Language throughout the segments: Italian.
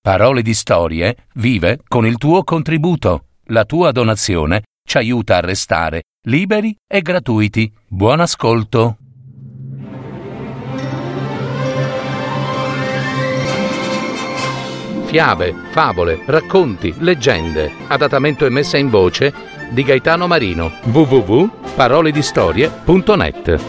Parole di Storie vive con il tuo contributo. La tua donazione ci aiuta a restare liberi e gratuiti. Buon ascolto. Fiabe, favole, racconti, leggende. Adattamento e messa in voce di Gaetano Marino. www.paroledistorie.net.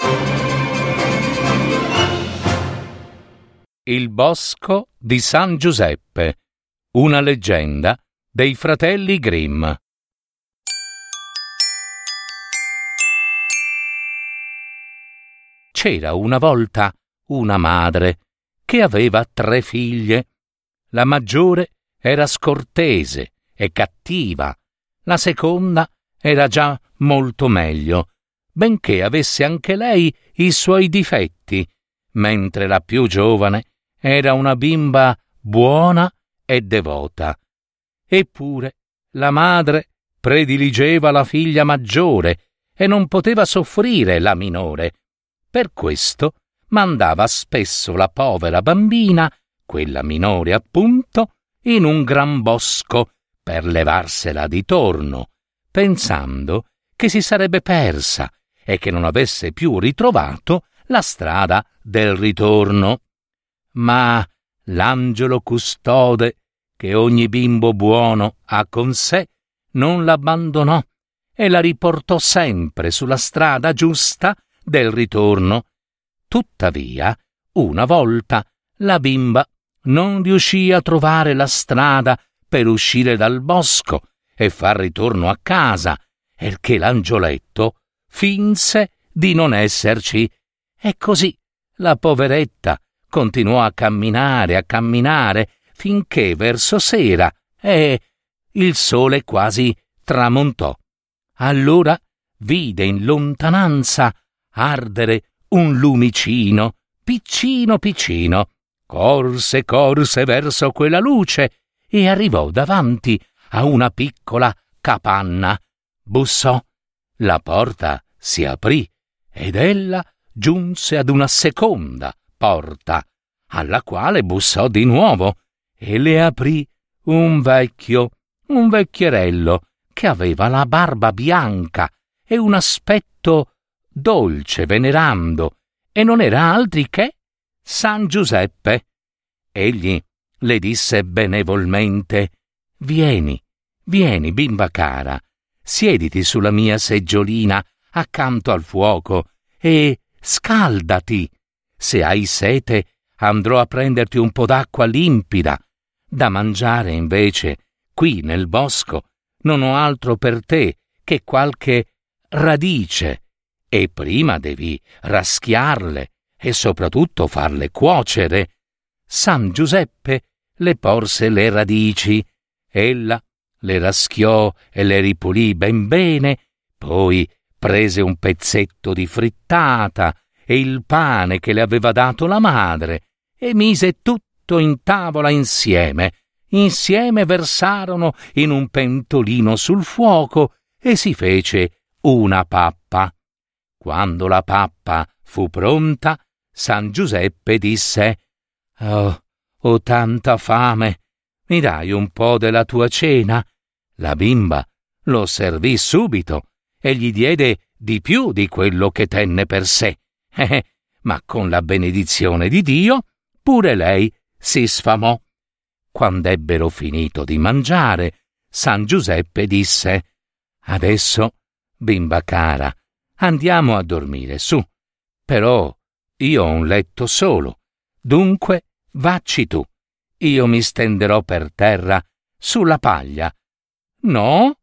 Il bosco di San Giuseppe. Una leggenda dei fratelli Grimm. C'era una volta una madre che aveva 3 figlie. La maggiore era scortese e cattiva, la seconda era già molto meglio, benché avesse anche lei i suoi difetti, mentre la più giovane era una bimba buona e devota. Eppure la madre prediligeva la figlia maggiore e non poteva soffrire la minore. Per questo mandava spesso la povera bambina, quella minore appunto, in un gran bosco per levarsela di torno, pensando che si sarebbe persa e che non avesse più ritrovato la strada del ritorno. Ma l'angelo custode, che ogni bimbo buono ha con sé, non l'abbandonò e la riportò sempre sulla strada giusta del ritorno. Tuttavia, una volta la bimba non riuscì a trovare la strada per uscire dal bosco e far ritorno a casa, e che l'angioletto finse di non esserci. E così la poveretta continuò a camminare, finché verso sera il sole quasi tramontò. Allora vide in lontananza ardere un lumicino, piccino piccino. Corse verso quella luce e arrivò davanti a una piccola capanna. Bussò, la porta si aprì ed ella giunse ad una seconda porta, alla quale bussò di nuovo e le aprì un vecchierello che aveva la barba bianca e un aspetto dolce venerando, e non era altri che San Giuseppe. Egli le disse benevolmente: Vieni, bimba cara, siediti sulla mia seggiolina accanto al fuoco e scaldati. Se hai sete, andrò a prenderti un po' d'acqua limpida. Da mangiare, invece, qui nel bosco, non ho altro per te che qualche radice, e prima devi raschiarle e soprattutto farle cuocere. San Giuseppe le porse le radici, ella le raschiò e le ripulì ben bene, poi prese un pezzetto di frittata e il pane che le aveva dato la madre e mise tutto in tavola insieme. Insieme versarono in un pentolino sul fuoco e si fece una pappa. Quando la pappa fu pronta, San Giuseppe disse: ho tanta fame, mi dai un po' della tua cena? La bimba lo servì subito e gli diede di più di quello che tenne per sé. Ma con la benedizione di Dio pure lei si sfamò. Quando ebbero finito di mangiare, San Giuseppe disse: Adesso, bimba cara, andiamo a dormire, su. Però io ho un letto solo, dunque vacci tu. Io mi stenderò per terra sulla paglia. No,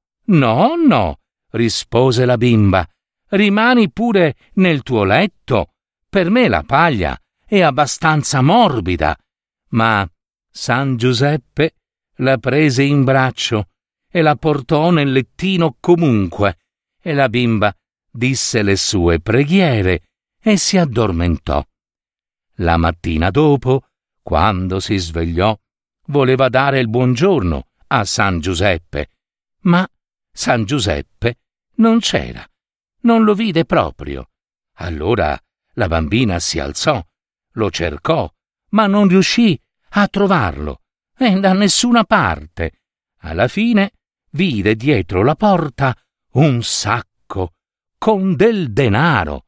rispose la bimba. Rimani pure nel tuo letto. Per me la paglia è abbastanza morbida. Ma San Giuseppe la prese in braccio e la portò nel lettino comunque, e la bimba disse le sue preghiere e si addormentò. La mattina dopo, quando si svegliò, voleva dare il buongiorno a San Giuseppe, ma San Giuseppe non c'era, non lo vide proprio. Allora la bambina si alzò, lo cercò, ma non riuscì a trovarlo. e da nessuna parte. Alla fine vide dietro la porta un sacco con del denaro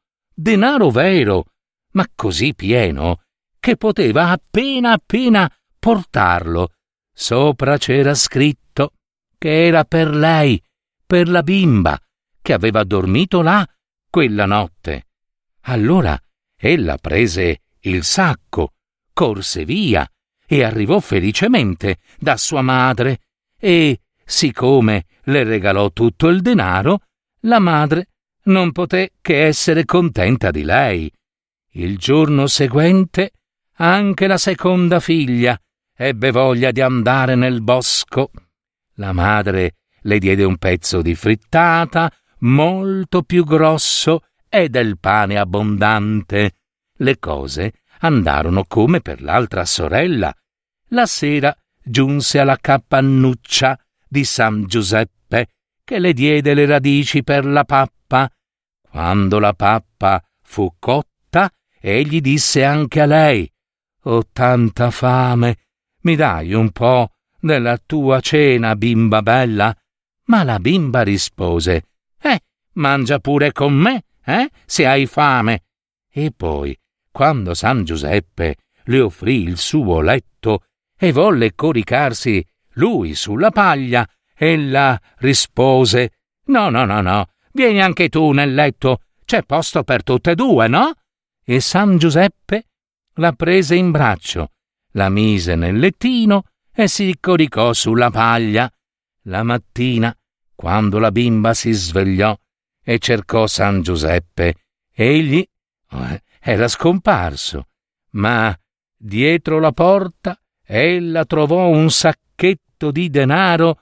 vero, ma così pieno che poteva appena portarlo. Sopra c'era scritto che era per lei, per la bimba che aveva dormito là quella notte. Allora ella prese il sacco, corse via e arrivò felicemente da sua madre e, siccome le regalò tutto il denaro, la madre non poté che essere contenta di lei. Il giorno seguente anche la seconda figlia ebbe voglia di andare nel bosco. La madre le diede un pezzo di frittata molto più grosso e del pane abbondante. Le cose andarono come per l'altra sorella. La sera giunse alla capannuccia di San Giuseppe, che le diede le radici per la pappa. Quando la pappa fu cotta, egli disse anche a lei: «Ho tanta fame, mi dai un po' della tua cena, bimba bella?» Ma la bimba rispose: mangia pure con me, se hai fame. E poi, quando San Giuseppe le offrì il suo letto e volle coricarsi lui sulla paglia, ella rispose: No, vieni anche tu nel letto, c'è posto per tutte e due, no? E San Giuseppe la prese in braccio, la mise nel lettino e si coricò sulla paglia. La mattina, quando la bimba si svegliò e cercò San Giuseppe, egli era scomparso, ma dietro la porta ella trovò un sacchetto di denaro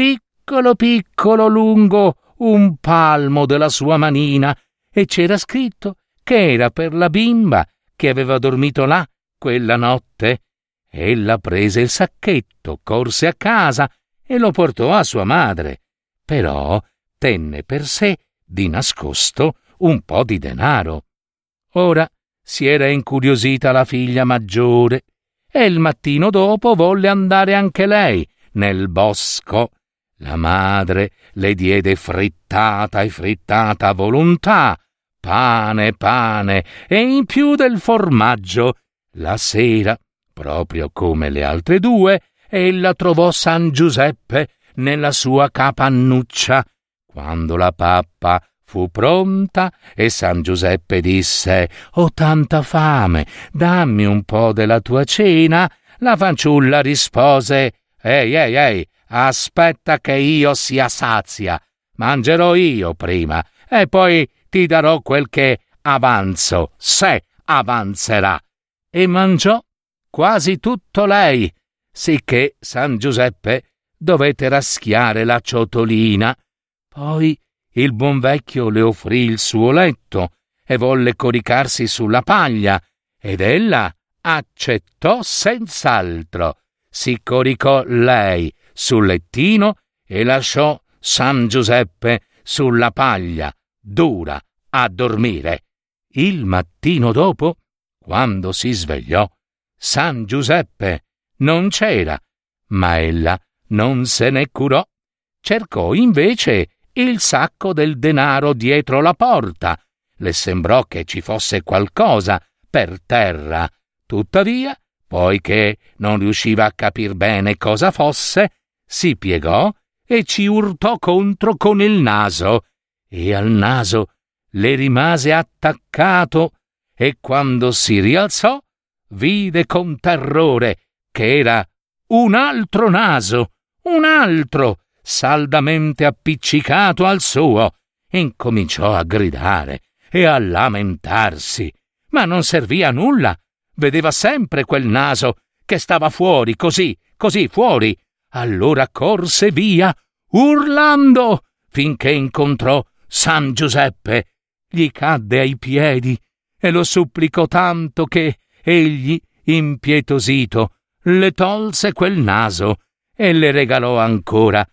piccolo, lungo un palmo della sua manina, e c'era scritto che era per la bimba che aveva dormito là quella notte. Ella prese il sacchetto, corse a casa e lo portò a sua madre, però tenne per sé di nascosto un po' di denaro. Ora si era incuriosita la figlia maggiore e il mattino dopo volle andare anche lei nel bosco. La madre le diede frittata a volontà, pane e in più del formaggio. La sera, proprio come le altre due, ella trovò San Giuseppe nella sua capannuccia. Quando la pappa fu pronta e San Giuseppe disse: «Ho tanta fame, dammi un po' della tua cena», la fanciulla rispose: Ehi, aspetta che io sia sazia, mangerò io prima e poi ti darò quel che avanzo, se avanzerà». E mangiò quasi tutto lei, sicché San Giuseppe dovette raschiare la ciotolina. Poi il buon vecchio le offrì il suo letto e volle coricarsi sulla paglia, ed ella accettò senz'altro. Si coricò lei sul lettino e lasciò San Giuseppe sulla paglia, dura, a dormire. Il mattino dopo, quando si svegliò, San Giuseppe non c'era, ma ella non se ne curò. Cercò invece il sacco del denaro dietro la porta. Le sembrò che ci fosse qualcosa per terra. Tuttavia, poiché non riusciva a capir bene cosa fosse, si piegò e ci urtò contro con il naso, e al naso le rimase attaccato, e quando si rialzò vide con terrore che era un altro naso, un altro, saldamente appiccicato al suo. Incominciò a gridare e a lamentarsi, ma non servì a nulla. Vedeva sempre quel naso che stava fuori, così fuori. Allora corse via, urlando, finché incontrò San Giuseppe. Gli cadde ai piedi e lo supplicò tanto che egli, impietosito, le tolse quel naso e le regalò ancora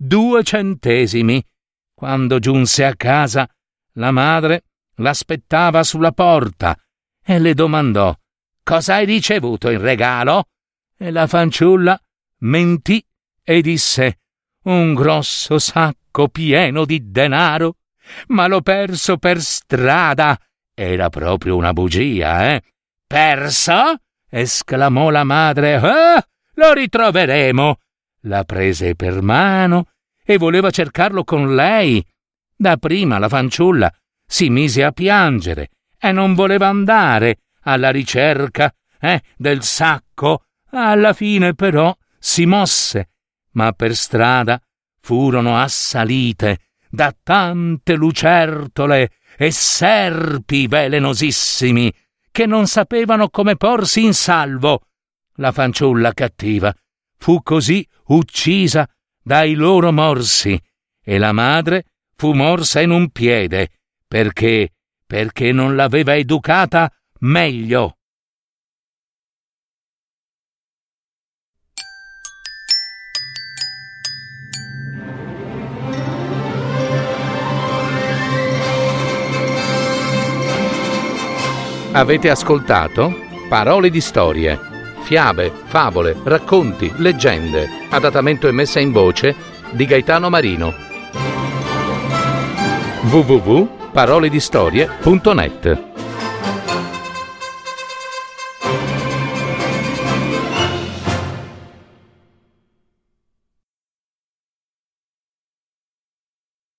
2 centesimi. Quando giunse a casa, la madre l'aspettava sulla porta e le domandò: «Cosa hai ricevuto in regalo?» E la fanciulla mentì e disse: «Un grosso sacco pieno di denaro, ma l'ho perso per strada». Era proprio una bugia, eh? «Perso?» esclamò la madre. «Ah, lo ritroveremo». La prese per mano e voleva cercarlo con lei. Dapprima la fanciulla si mise a piangere e non voleva andare alla ricerca del sacco. Alla fine però si mosse, ma per strada furono assalite da tante lucertole e serpi velenosissimi che non sapevano come porsi in salvo. La fanciulla cattiva fu così uccisa dai loro morsi e la madre fu morsa in un piede perché non l'aveva educata meglio. Avete ascoltato Parole di storie, fiabe, favole, racconti, leggende, adattamento e messa in voce di Gaetano Marino. www.paroledistorie.net